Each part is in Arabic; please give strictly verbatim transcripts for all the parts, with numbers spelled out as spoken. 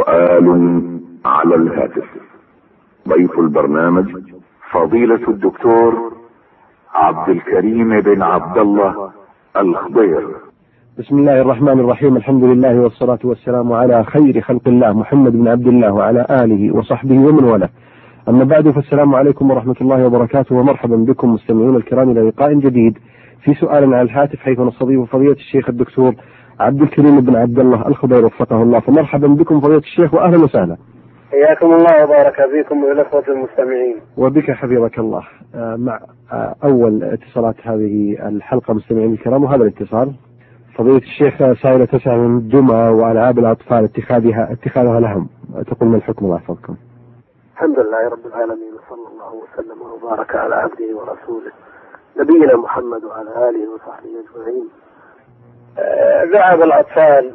سؤال على الهاتف. ضيف البرنامج فضيلة الدكتور عبد الكريم بن عبد الله الخضير. بسم الله الرحمن الرحيم. الحمد لله والصلاة والسلام على خير خلق الله محمد بن عبد الله وعلى آله وصحبه ومن والاه. أما بعد، فالسلام عليكم ورحمة الله وبركاته، ومرحبا بكم مستمعون الكرام إلى لقاء جديد في سؤال على الهاتف، حيث نستضيف فضيلة الشيخ الدكتور عبد الكريم بن عبد الله الخضير وفقه الله. فمرحبا بكم فضيلة الشيخ وأهلا وسهلا. حياكم الله وبارك فيكم والأخوة المستمعين. وبك حفظك الله. مع أول اتصالات هذه الحلقة مستمعين الكرام، وهذا الاتصال فضيلة الشيخ سائلة تسعى من الدمى وألعاب الأطفال اتخاذها اتخاذها لهم، تقول ما الحكم؟ الله يحفظكم. الحمد لله رب العالمين، وصلى الله وسلم وبارك على عبده ورسوله نبينا محمد وعلى آله وصحبه أجمعين. لعب الأطفال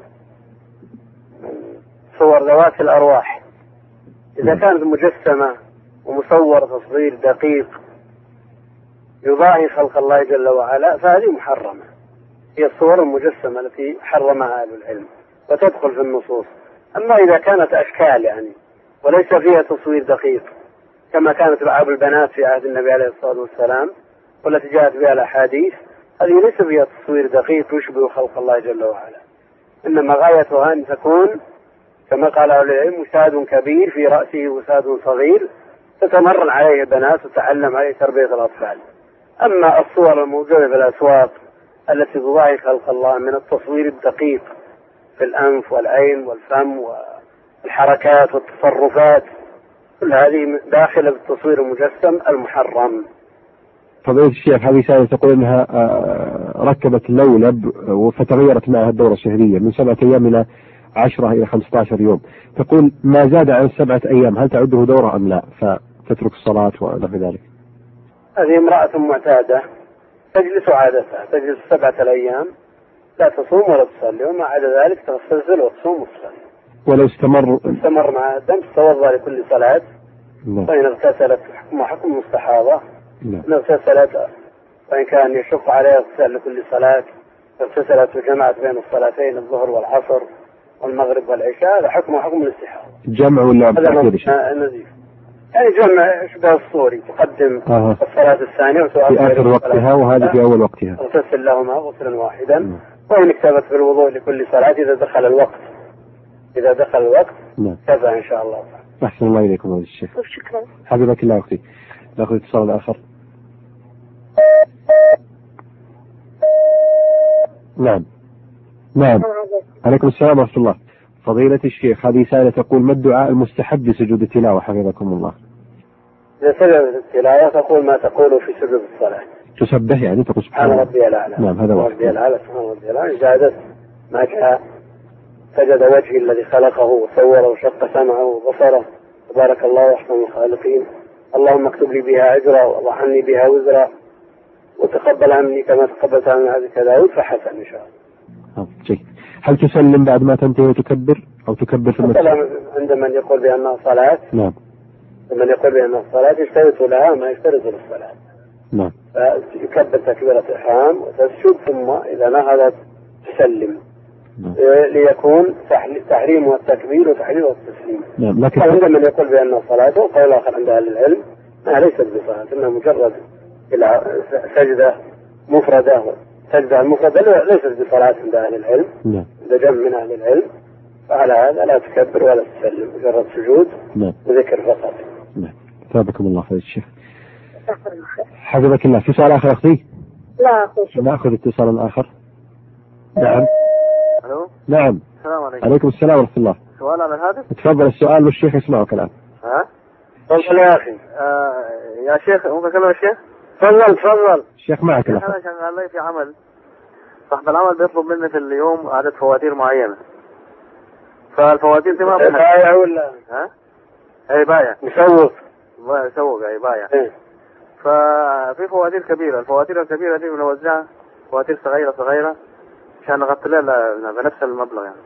صور ذوات الأرواح إذا كانت مجسمة ومصورة تصوير دقيق يضاهي خلق الله جل وعلا فهذه محرمة. هي الصور المجسمة التي حرمها أهل العلم وتدخل في النصوص. أما إذا كانت أشكال يعني وليس فيها تصوير دقيق كما كانت لعب البنات في عهد النبي عليه الصلاة والسلام والتي جاءت بها الأحاديث، هذه ليس فيها تصوير دقيق يشبه خلق الله جل وعلا، إنما غايتها أن تكون كما قال أهل العلم وساد كبير في رأسه وساد صغير تتمرن عليه البنات وتعلم عليه تربية الأطفال. أما الصور الموجودة في الأسواق التي تضاهي خلق الله من التصوير الدقيق في الأنف والعين والفم والحركات والتصرفات، كل هذه داخلة بالتصوير المجسم المحرم. فضيلة الشيخ، هذه سائلة تقول أنها ركبت لولب فتغيرت معها الدورة الشهرية من سبعة أيام إلى عشرة إلى خمسة عشر يوم، تقول ما زاد عن سبعة أيام هل تعده دورة أم لا، فتترك الصلاة ونحو ذلك؟ هذه امرأة معتادة تجلس عادتها، تجلس سبعة الأيام لا تصوم ولا تصلي، وما عدا ذلك تغتسل وتصوم وتصلي. ولو استمر استمر مع الدم تتوضأ لكل صلاة. فإن اغتسلت حكم حكم مستحاضة. إن اغتسلت وإن كان يشق عليها اغتسال لكل صلاة، اغتسلت وجمعت بين الصلاتين الظهر والعصر والمغرب والعشاء، هذا حكم حكم الاستحاضة. جمع ولا نزيف؟ يعني جمع شبه الصوري، تقدم آه. الصلاة الثانية في آخر وقتها وهذه في أول وقتها. اغتسل لهما غسلا واحدا. م. وإن اكتبت بالوضوء لكل صلاة إذا دخل الوقت إذا دخل الوقت كفى إن شاء الله. أحسن الله إليكم هذا الشيخ. شكرا. حبيبك الله أختي. نأخذ اتصال آخر. نعم نعم. عليكم السلام ورحمة الله. فضيلة الشيخ، هذه سائلة تقول ما الدعاء المستحب لسجود التلاوة حفظكم الله؟ إذا سجد التلاوة تقول ما تقول في سجود الصلاة. تسبح يعني تقول سبحان ربي الأعلى. نعم هذا واحد. ربي الأعلى سبحان ربي الأعلى. زادت ما جاء سجد وجهي الذي خلقه وصوره وشق سمعه وبصره تبارك الله أحسن الخالقين، اللهم اكتب لي بها أجرا وضع عني بها وزرا وتقبل عني كما تقبلت عن عبدك داود، فحسن إن شاء الله. جيد. هل تسلم بعد ما تنتهي وتكبر أو تكبر في المسجد؟ عند من يقول بأنها صلاة. نعم. من يقول بأنها صلاة يشترط لها ما يشترط للصلاة. نعم. فيكبر تكبيرة الإحرام وتسجد، ثم إذا نهضت تسلم. نعم. ليكون تحريم والتكبير وتحريم والتسليم. نعم. لكن عند من يقول بأنها صلاة وقول آخر عند أهل العلم ما ليست بصلاة، إنها مجرد سجدة مفردة. سجدة المفردة ليست بصلاة عند أهل العلم. نعم. إذا جمع من أهل العلم فعلى هذا لا تكبر ولا تسلم، مجرد سجود. نعم. وذكر فقط. نعم. ثابكم الله خير الشيخ. حفظك الله. في سؤال آخر أختي؟ لا أخوي. نأخذ اتصالا آخر. نعم. ألو. نعم. السلام عليكم. عليكم السلام ورحمة الله. سؤال على الهاتف؟ تفضل السؤال والشيخ يسمعك الآن. ها؟ تفضل يا أخي. آه يا شيخ ممكن أكلم الشيخ؟ تفضل تفضل. الشيخ معك الآن. أنا شغال لي في عمل، صاحب العمل بيطلب مني في اليوم عدد فواتير معينة، فالفواتير دي ما بايع ولا؟ ها؟ أي بايع. مسوق. مسوق أي بايع. إيه. ففي فواتير كبيرة، الفواتير الكبيرة دي بنوزعها فواتير صغيرة صغيرة عشان نغطي لها بنفس المبلغ يعني.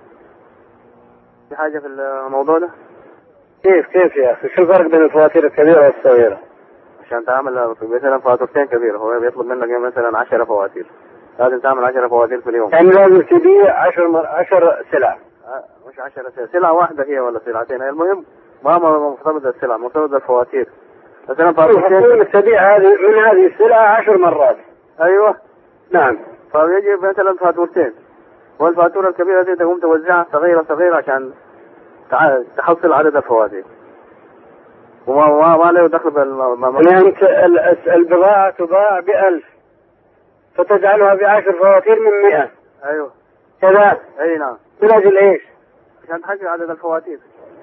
في حاجة في الموضوع ده؟ كيف كيف يا أخي؟ شو الفرق بين الفواتير الكبيرة والصغيرة؟ عشان تعمل مثلا فاتورتين كبيرة، هو بيطلب منك مثلا عشرة فواتير، لازم تعمل عشرة فواتير في اليوم. يعني لازم تبيع عشر مر... عشر سلع. مش عشرة سلع سلعة واحدة هي ولا سلعتين. المهم ما مرتبطة السلع، مرتبطة الفواتير. مثلا فاتورتين تبيع هذه من هذه السلعة عشر مرات. أيوة نعم. فيجي مثلا فاتورتين، والفاتورة الكبيرة دي تقوم توزعها صغيرة صغيرة عشان تحصل عدد الفواتير، وما ما ما له دخل بالم. يعني أنت البضاعة تباع بألف فتجعلها بعشر فواتير من مئة. أيوة كذا. أي نعم. من أجل إيش؟ عشان تحقق عدد الفواتير.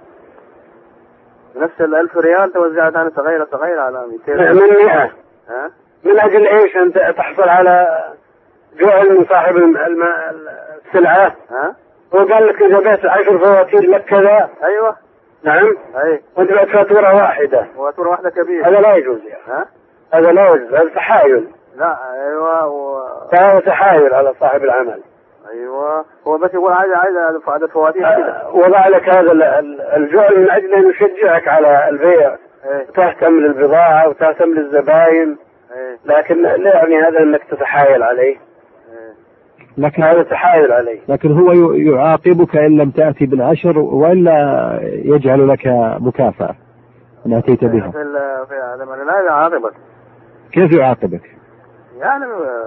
نفس الألف ريال توزعها ثاني صغيرة صغيرة على مئتين. من مئة. ها؟ من أجل إيش أنت تحصل على جعل من صاحب السلعة؟ ها؟ هو قال لك إذا بعت عشر فواتير لك كذا. أيوة. نعم. أي. وأنت بعت فاتورة واحدة. فاتورة واحدة كبيرة. هذا لا يجوز يا. ها؟ هذا لا يجوز، هذا تحايل. لا أيوة و... هذا تحايل على صاحب العمل. أيوة هو بس يقول عايز عايز عدد فواتير كذا. وضع لك هذا الجعل من أجل أن يشجعك على البيع. ايه. تهتم للبضاعة وتهتم للزباين. ايه. لكن لا يعني هذا أنك تتحايل عليه. ايه. لكن هذا تحايل عليه. لكن هو يعاقبك إن لم تأتي بالعشر ولا يجعل لك مكافأة إن أتيت بها. في ال في هذا من لا يعاقبك. كيف يعاقبك؟ يعني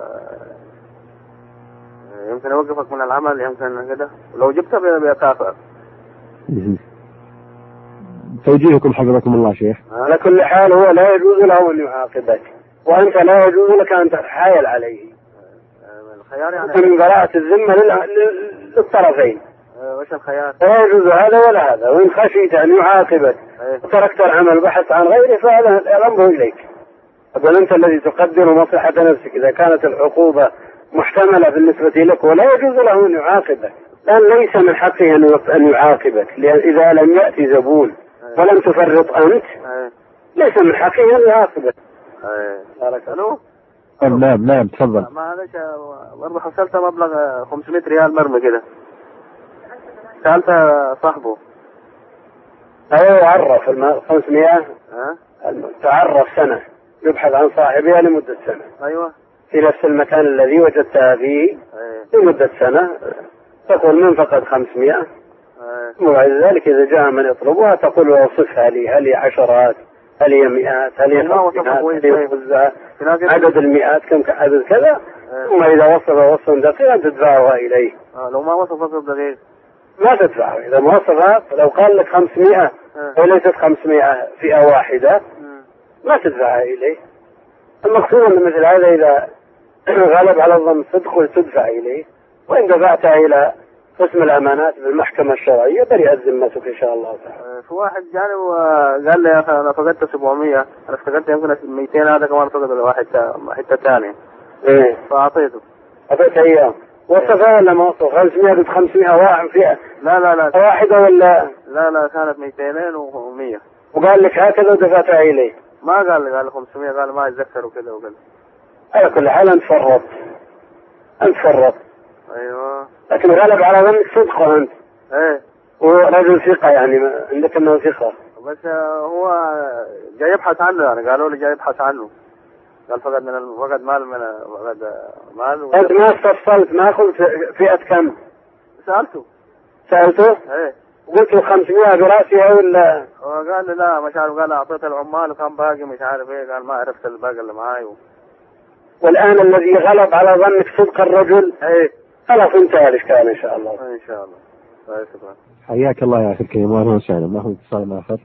يمكن يوقفك من العمل، يمكن كده، لو جبتها بيكافئك. توجيهكم حفظكم الله شيخ. على كل حال هو لا يجوز له أن يعاقبك، وأنت لا يجوز لك أن تتحايل عليه. الخيار يعني من براءة الذمة للطرفين. وش الخيار؟ لا يجوز هذا ولا هذا، وإن خشيت أن يعاقبك وتركت العمل وبحثت عن غيره فهذا الأمر إليك. أقول أنت الذي تقدر مصلحة نفسك إذا كانت العقوبة محتملة بالنسبة لك، ولا يجوز له أن يعاقبك، لأن ليس من حقه أن يعاقبك، لأن إذا لم يأتي زبون ولم تفرط أنت ليس من حقه أن يعاقبك. بارك الله. نعم نعم تفضل. ما هذا برضه حصلت مبلغ خمسمائة ريال مرمى كده، سألت صاحبه. أيوة عرف الم خمسمائة. ها؟ تعرف سنة، يبحث عن صاحبها لمدة سنة. أيوة. في نفس المكان الذي وجدتها فيه لمدة سنة، تقول من فقد خمسمائة. وبعد ذلك إذا جاء من يطلبها تقول وصفها لي، هل هي عشرات، هل هي مئات، هل هي خمسينات، هل هي خزعة، عدد المئات كم عدد كذا. ثم إذا وصف وصف دقيقا تدفعها إليه. لو ما وصف وصف دقيق ما تدفعه. إذا ما وصفها لو قال لك خمسمائة وليست خمسمائة فئة واحدة ما تدفعها إليه. المقصود أن مثل هذا إذا غلب على الظن صدق تدفع إليه، وإن دفعتها إلى قسم الأمانات بالمحكمة الشرعية برئت ذمتك إن شاء الله تعالى. في واحد جاني وقال لي يا أخي أنا فقدت سبعمائة، أنا افتكرت يمكن مئتين، هذا كمان فقد واحد حتة ثانية. إيه. فأعطيته. أعطيته إياه. وصفها ولا ما وصف؟ خمسمائة ضد خمسمائة واحد فئة. لا لا لا. واحدة ولا؟ لا لا كانت مئتين ومية. وقال لك هكذا ودفعتها إليه. ما قال لي، قال خمسمائة، قال ما أتذكر وكذا وكذا. على كل حال أنت فرط. أنت فرط. أيوة. لكن غلب على ظنك صدقه أنت. إيه. ورجل ثقة يعني عندك أنه ثقة. بس هو جاي يبحث عنه، يعني قالوا لي جاي يبحث عنه. قال فقد من فقد مال من فقد مال. أنت ما استفصلت، ما قلت فئة كم؟ سألته. سألته؟ إيه. قلت له خمسمائة براسها ولا؟ قال لي لا مش عارف، قال أعطيت العمال وكان باقي مش عارف إيه، قال ما عرفت الباقي اللي معاي. و... والآن الذي غلب على ظنك صدق الرجل إيه خلاص انتهى الإشكال إن شاء الله. إن شاء الله. طيب شكرا. حياك الله يا أخي الكريم، وأهلا وسهلا. ما هو اتصال آخر؟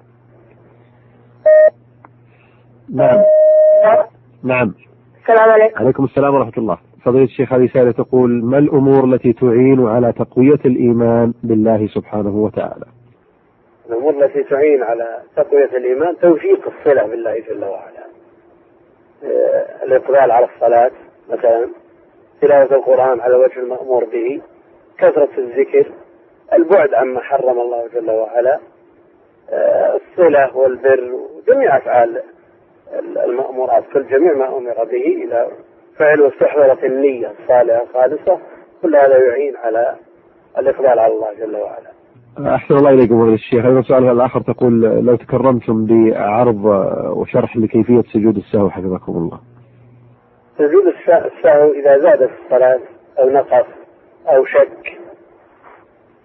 نعم. نعم. السلام عليكم. عليكم السلام ورحمة الله. فضيلة الشيخ هذه سائلة تقول: ما الأمور التي تعين على تقوية الإيمان بالله سبحانه وتعالى؟ الأمور التي تعين على تقوية الإيمان توثيق الصلة بالله جل وعلا. آه الإقبال على الصلاة مثلا، تلاوة القرآن على وجه المأمور به، كثرة الذكر، البعد عما حرم الله جل وعلا، آه الصلة والبر وجميع أفعال المأمورات، كل جميع ما أمر به إلى فعل واستحضرت النية الصالحة الخالصة، كل هذا يعين على الإقبال على الله جل وعلا. أحسن الله إليكم فضيلة الشيخ. أيضا سؤال الآخر تقول: لو تكرمتم بعرض وشرح لكيفية سجود السهو حفظكم الله. سجود السهو إذا زاد في الصلاة أو نقص أو شك،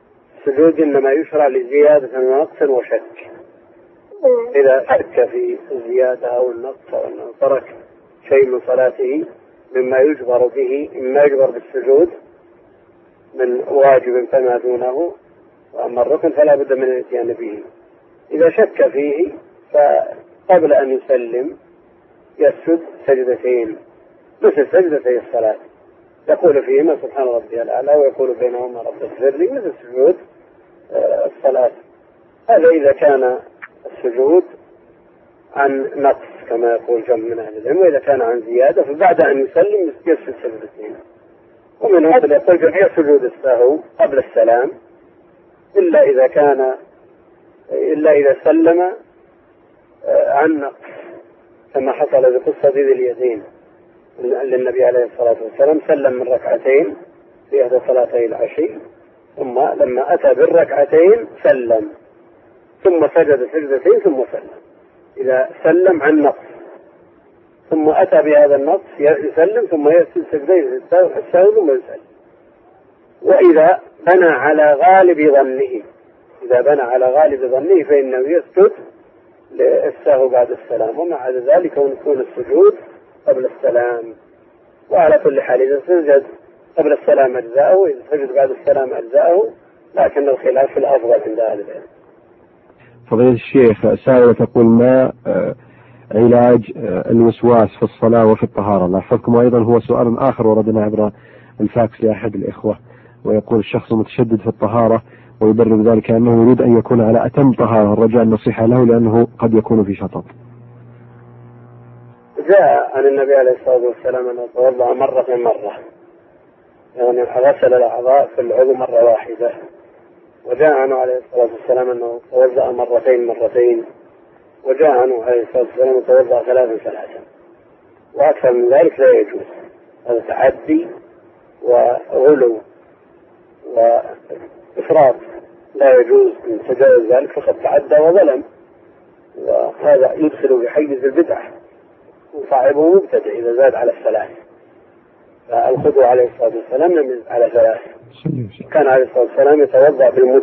السجود إنما يشرع لزيادة ونقص وشك. إذا شك في الزيادة أو النقص أو أنه ترك شيء من صلاته مما يجبر به مما يجبر بالسجود من واجب فما دونه، وأما الركن فلا بد من الاتيان به. إذا شك فيه فقبل أن يسلم يسجد سجدتين مثل سجدتي الصلاة، يقول فيهما سبحان ربي الأعلى ويقول بينهما رب اغفر لي مثل سجود الصلاة. هذا إذا كان السجود عن نقص كما يقول جمع من أهل العلم، وإذا كان عن زيادة فبعد أن يسلم يسجد سجدتين. ومن هذا يقول جميع سجود السهو قبل السلام إلا إذا كان إلا إذا سلم عن نقص، كما حصل بقصة ذي اليدين للنبي عليه الصلاة والسلام، سلم من ركعتين في إحدى صلاتي العشي، ثم لما أتى بالركعتين سلم ثم سجد سجدتين ثم سلم. إذا سلم عن نقص ثم أتى بهذا النقص يسلم ثم يسجد سجدتين السهو ثم يسلم. وإذا بنى على غالب ظنه إذا بنى على غالب ظنه فإنه يسجد للسهو بعد السلام، ومع ذلك يكون السجود قبل السلام. وعلى كل حال إذا سجد قبل السلام أجزاءه وإذا سجد بعد السلام أجزاءه، لكن الخلاف في الأفضل عند أهل العلم. فضيلة الشيخ سائلة تقول ما علاج الوسواس في الصلاة وفي الطهارة؟ الله يحفظكم. وأيضا هو سؤال آخر وردنا عبر الفاكس لأحد الإخوة، ويقول الشخص متشدد في الطهارة ويبرر ذلك أنه يريد أن يكون على أتم طهارة، رجاء النصيحة له لأنه قد يكون في شطط. جاء عن النبي عليه الصلاة والسلام أنه توضأ مرة مرة، يعني غسل الأعضاء في العضو مرة واحدة. وجاء عنه عليه الصلاة والسلام أنه توضأ مرتين مرتين. وجاء عنه عليه الصلاة والسلام أنه توضأ ثلاثا ثلاثا، وأكثر من ذلك لا يجوز. هذا تعدي وغلو وإفراط، لا يجوز من تجاوز ذلك فقد تعدى وظلم، وهذا يدخل بحيز البدعة وصاحبه مبتدع إذا زاد على الثلاث. فالخضوع عليه الصلاة والسلام لم يزد على ثلاث، كان عليه الصلاة والسلام يتوضأ بالمد.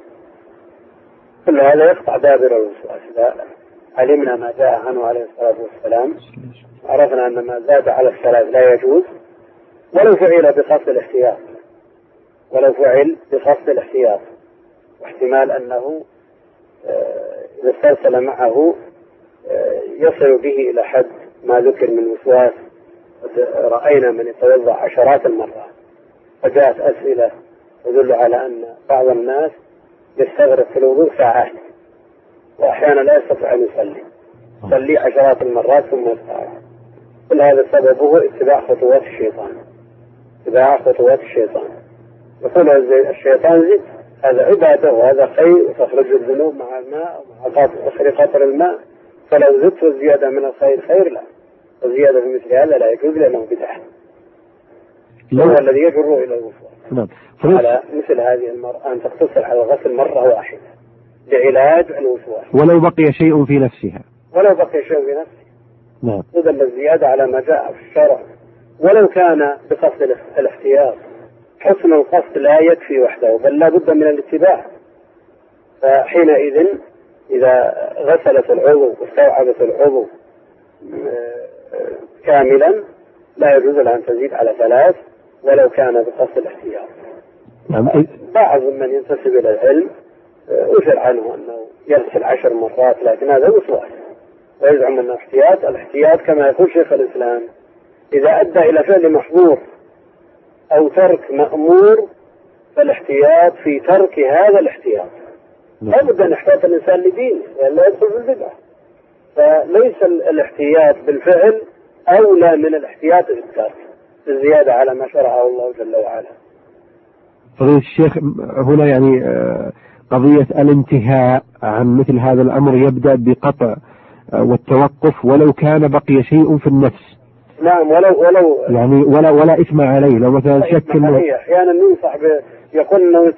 كل هذا يقطع دابر الوسواس. إذا علمنا ما جاء عنه عليه الصلاة والسلام عرفنا أن ما زاد على الثلاث لا يجوز، ولو فعل بقصد الاحتياط ولو فعل بقصد الاحتياط واحتمال أنه إذا استرسل معه يصل به إلى حد ما ذكر من وسواس. رأينا من يتوضأ عشرات المرات، فجاءت أسئلة تدل على أن بعض الناس يستغرق في الوضوء ساعات وأحيانا لا يستطيع أن يصلي يصلي عشرات المرات ثم يستعرض. كل هذا سببه اتباع خطوات الشيطان اتباع خطوات الشيطان يقول الشيطان زد، هذا عبادة وهذا خير، تخرج الذنوب مع الماء مع قطر قطر الماء، فلو زدت الزيادة من الخير خير لا، الزيادة في مثل هذا لا يجوز لأنه بدعة، هو الذي يجر إلى الوصول. على مثل هذه المرأة أن تقتصر على الغسل مرة واحدة لعلاج الوسواس ولو بقي شيء في نفسها ولو بقي شيء في نفسها نعم. تدل الزيادة على ما جاء في الشرع ولو كان بقصد الاحتياط. حسن القصد لا يكفي وحده بل لا بد من الاتباع. فحينئذ إذا غسلت العضو واستوعبت العضو كاملا لا يجوز لها أن تزيد على ثلاث ولو كان بقصد الاحتياط. نعم. بعض من ينتسب إلى العلم أثر عنه أنه يغسل عشر مرات، لكن هذا وسواس ويزعم أنه احتياط. الاحتياط كما يقول شيخ الإسلام إذا أدى إلى فعل محظور أو ترك مأمور فالاحتياط في ترك هذا الاحتياط. لا بد أن يحتاط الإنسان لدينه ولا يدخل في البدعة. فليس الاحتياط بالفعل أولى من الاحتياط في الترك الزيادة على ما شرعه الله جل وعلا. فضيلة الشيخ هنا يعني قضية الانتهاء عن مثل هذا الأمر يبدأ بقطع والتوقف ولو كان بقي شيء في النفس. نعم ولو ولو يعني ولا ولا إثم عليه لو مثلا شك إنه أحيانا ننصح يقول إنه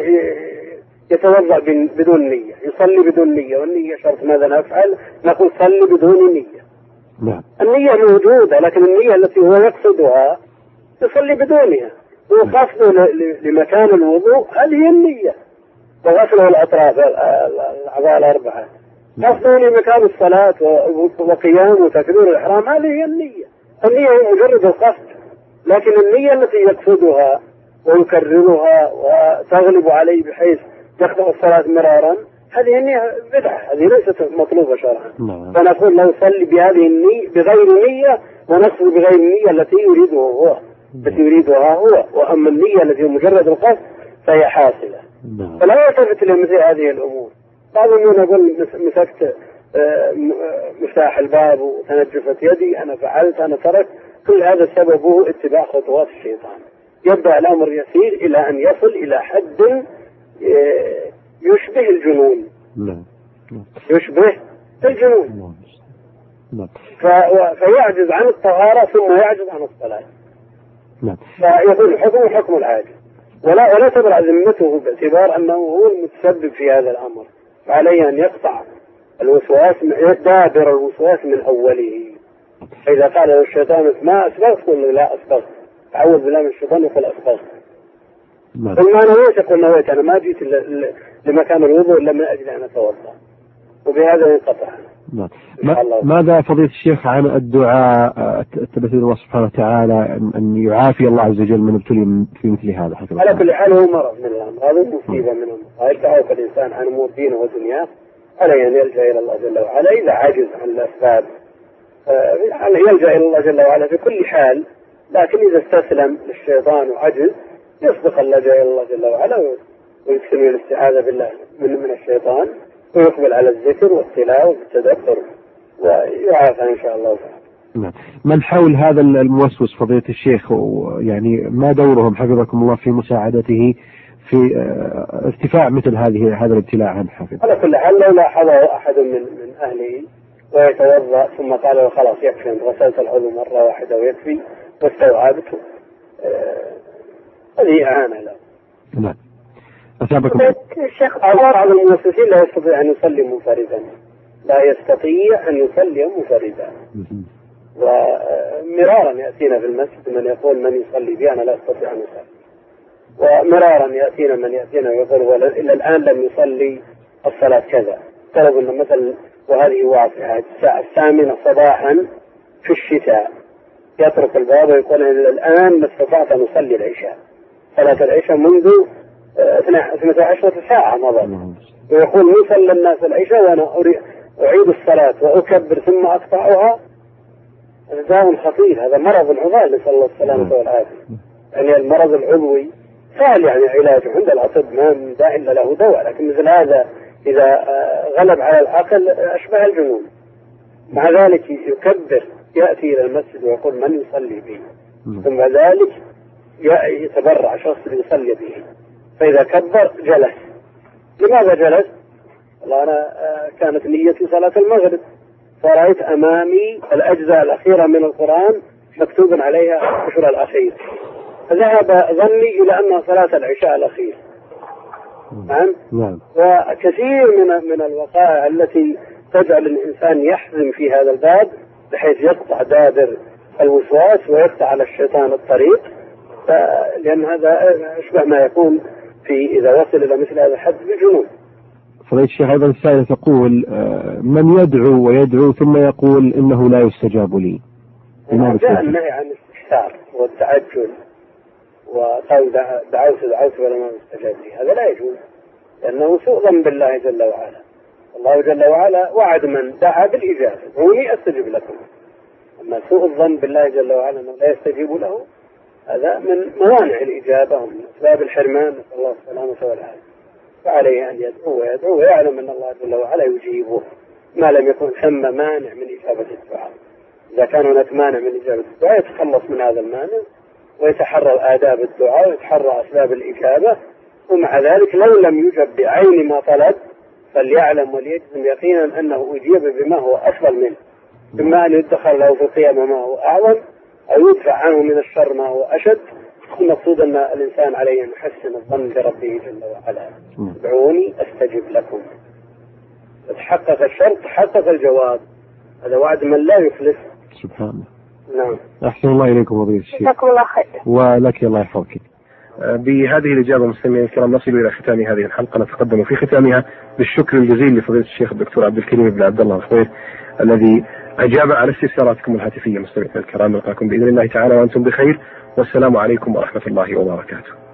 يتوضأ بدون نية، يصلي بدون نية، والنية شرط. ماذا نفعل؟ نقول صلي بدون نية. نعم. النية موجودة لكن النية التي هو يقصدها يصلي بدونها، هو قصده لمكان الوضوء هذه النية وغسله الأطراف الأعضاء الأربعة، قصده مكان الصلاة وقيام وتكبير الإحرام، هذه هي النية. النية هي مجرد القصد، لكن النية التي يقصدها ويكررها وتغلب عليه بحيث يقطع الصلاة مرارا، هذه النية بدعة، هذه ليست مطلوبة شرعا. فنقول لو صلي بهذه النية بغير نية، ونقصد بغير النية التي يريده هو التي يريدها هو، وأما النية التي مجرد القصد فهي حاصلة. فلا يلتفت لمثل هذه الأمور. بعضهم يقول مسكت مفتاح الباب وتنجفت يدي، أنا فعلت، أنا تركت، كل هذا سببه اتباع خطوات الشيطان. يبدأ الأمر يسير إلى أن يصل إلى حد يشبه الجنون. يشبه الجنون. فيعجز عن الطهارة ثم يعجز عن الصلاة. فيكون الحكم حكم العاجز، ولا ولا تبرأ ذمته باعتبار أنه هو المتسبب في هذا الأمر، فعليه أن يقطع الوسواس، دابر الوسواس من أوله. فإذا قال له الشيطان ما أسبغت، قل لا أسبغت، تعوذ بالله من الشيطان يقول أسبغت. قل ما نويت، يقول نويت، أنا ما جيت لمكان الوضوء إلا من أجل أن أتوضأ، وبهذا ينقطع. ماذا فضيلة الشيخ عن الدعاء التبتل الله سبحانه وتعالى أن يعافي الله عز وجل من ابتلي في مثل هذا؟ على كل حال هو مرض من الأمراض، مصيبة من المصائب، تعرف الإنسان عن أمور دينه ودنياه عليه أن يلجأ إلى الله جل وعلا إذا عجز عن الأسباب، يلجأ إلى الله جل وعلا في كل حال. لكن إذا استسلم للشيطان وعجز يصدق اللجأ إلى الله جل وعلا ويكثر من الاستعاذة بالله من من الشيطان، ويقبل على الذكر والتلاوة والتدبر، ويعافى إن شاء الله تعالى. من حول هذا الموسوس فضيلة الشيخ، يعني ما دورهم حفظكم الله في مساعدته في ارتفاع مثل هذه هذا الابتلاء عن حافظ؟ على كل حال لو لاحظه أحد من من أهله ويتوضأ ثم قال له خلاص يكفي، أنت غسلت العضو مرة واحدة ويكفي واستوعبته، هذه إعانة له. نعم. أثابكم الشيخ. بعض المؤسسين لا يستطيع أن يصلي منفردا، لا يستطيع أن يصلي منفردا، ومرارا يأتينا في المسجد من يقول من يصلي بي أنا لا أستطيع أن يصلي، ومرارا يأتينا من يأتينا ويقول إلا الآن لم يصلي الصلاة كذا. طلب أن مثلا، وهذه واقعة، الساعة الثامنة صباحا في الشتاء يترك الباب ويقول إلا الآن ما استطعت أن أصلي العشاء، صلاة العشاء منذ اثنتا عشرة ساعة مضت، ويقول يصلي الناس العشاء وأنا أعيد الصلاة وأكبر ثم أقطعها. هذا داء خطير، هذا مرض عضال، نسأل الله السلامة والعافية. يعني المرض العضوي سهل يعني علاجه عند الأطباء، ما من داء إلا له دواء، لكن مثل هذا إذا غلب على العقل أشبه الجنون. مع ذلك يكبر، يأتي إلى المسجد ويقول من يصلي به، ثم ذلك يتبرع شخص يصلي به، فإذا كبر جلس. لماذا جلس؟ والله أنا كانت نيتي صلاة المغرب، فرأيت أمامي الأجزاء الأخيرة من القرآن مكتوب عليها العشر الأخير، فذهب ظني إلى أنها صلاة العشاء الأخير. نعم. نعم. وكثير من من الوقائع التي تجعل الإنسان يحزم في هذا الباب بحيث يقطع دابر الوسواس ويقطع على الشيطان الطريق، لأن هذا أشبه ما يكون في إذا وصل إلى مثل هذا الحد بجنون. فضيلة الشيخ أيضا السائلة تقول من يدعو ويدعو ثم يقول إنه لا يستجاب لي. جاء النهي عن الاستكثار والتعجل، وقال دعوت دعوت ولا ما استجاب لي، هذا لا يجوز، لأنه سوء ظن بالله جل وعلا. الله جل وعلا وعد من دعا بالإجابة، هوني أستجب لكم. أما سوء الظن بالله جل وعلا أنه لا يستجيب له، هذا من موانع الإجابة ومن أسباب الحرمان، نسأل الله السلامة والعافية. فعليه أن يدعو ويدعو ويعلم أن الله جل وعلا يجيبه ما لم يكن ثم مانع من إجابة الدعاء. إذا كان هناك مانع من إجابة الدعاء يتخلص من هذا المانع ويتحرى آداب الدعاء ويتحرى أسباب الإجابة، ومع ذلك لو لم يجب بعين ما طلب فليعلم وليجزم يقينا أنه أجيب بما هو أفضل منه، إما أن يدخل له في القيامة ما هو أعظم أو يدفع عنه من الشر ما هو أشد. المقصود أن الإنسان عليه أن يحسن الظن بربه جل وعلا. ادعوني أستجب لكم، تحقق الشر تحقق الجواب، هذا وعد من لا يفلس. سبحانه. نعم. أحسن الله إليكم فضيلة الشيخ. جزاكم الله خير. ولك الله يحفظك. بهذه الإجابة مستمعينا الكرام نصل إلى ختام هذه الحلقة. نتقدم في ختامها بالشكر الجزيل لفضيلة الشيخ الدكتور عبد الكريم بن عبد الله الخضير الذي أجاب على استفساراتكم الهاتفية. مستمعينا الكرام نلقاكم بإذن الله تعالى وأنتم بخير، والسلام عليكم ورحمة الله وبركاته.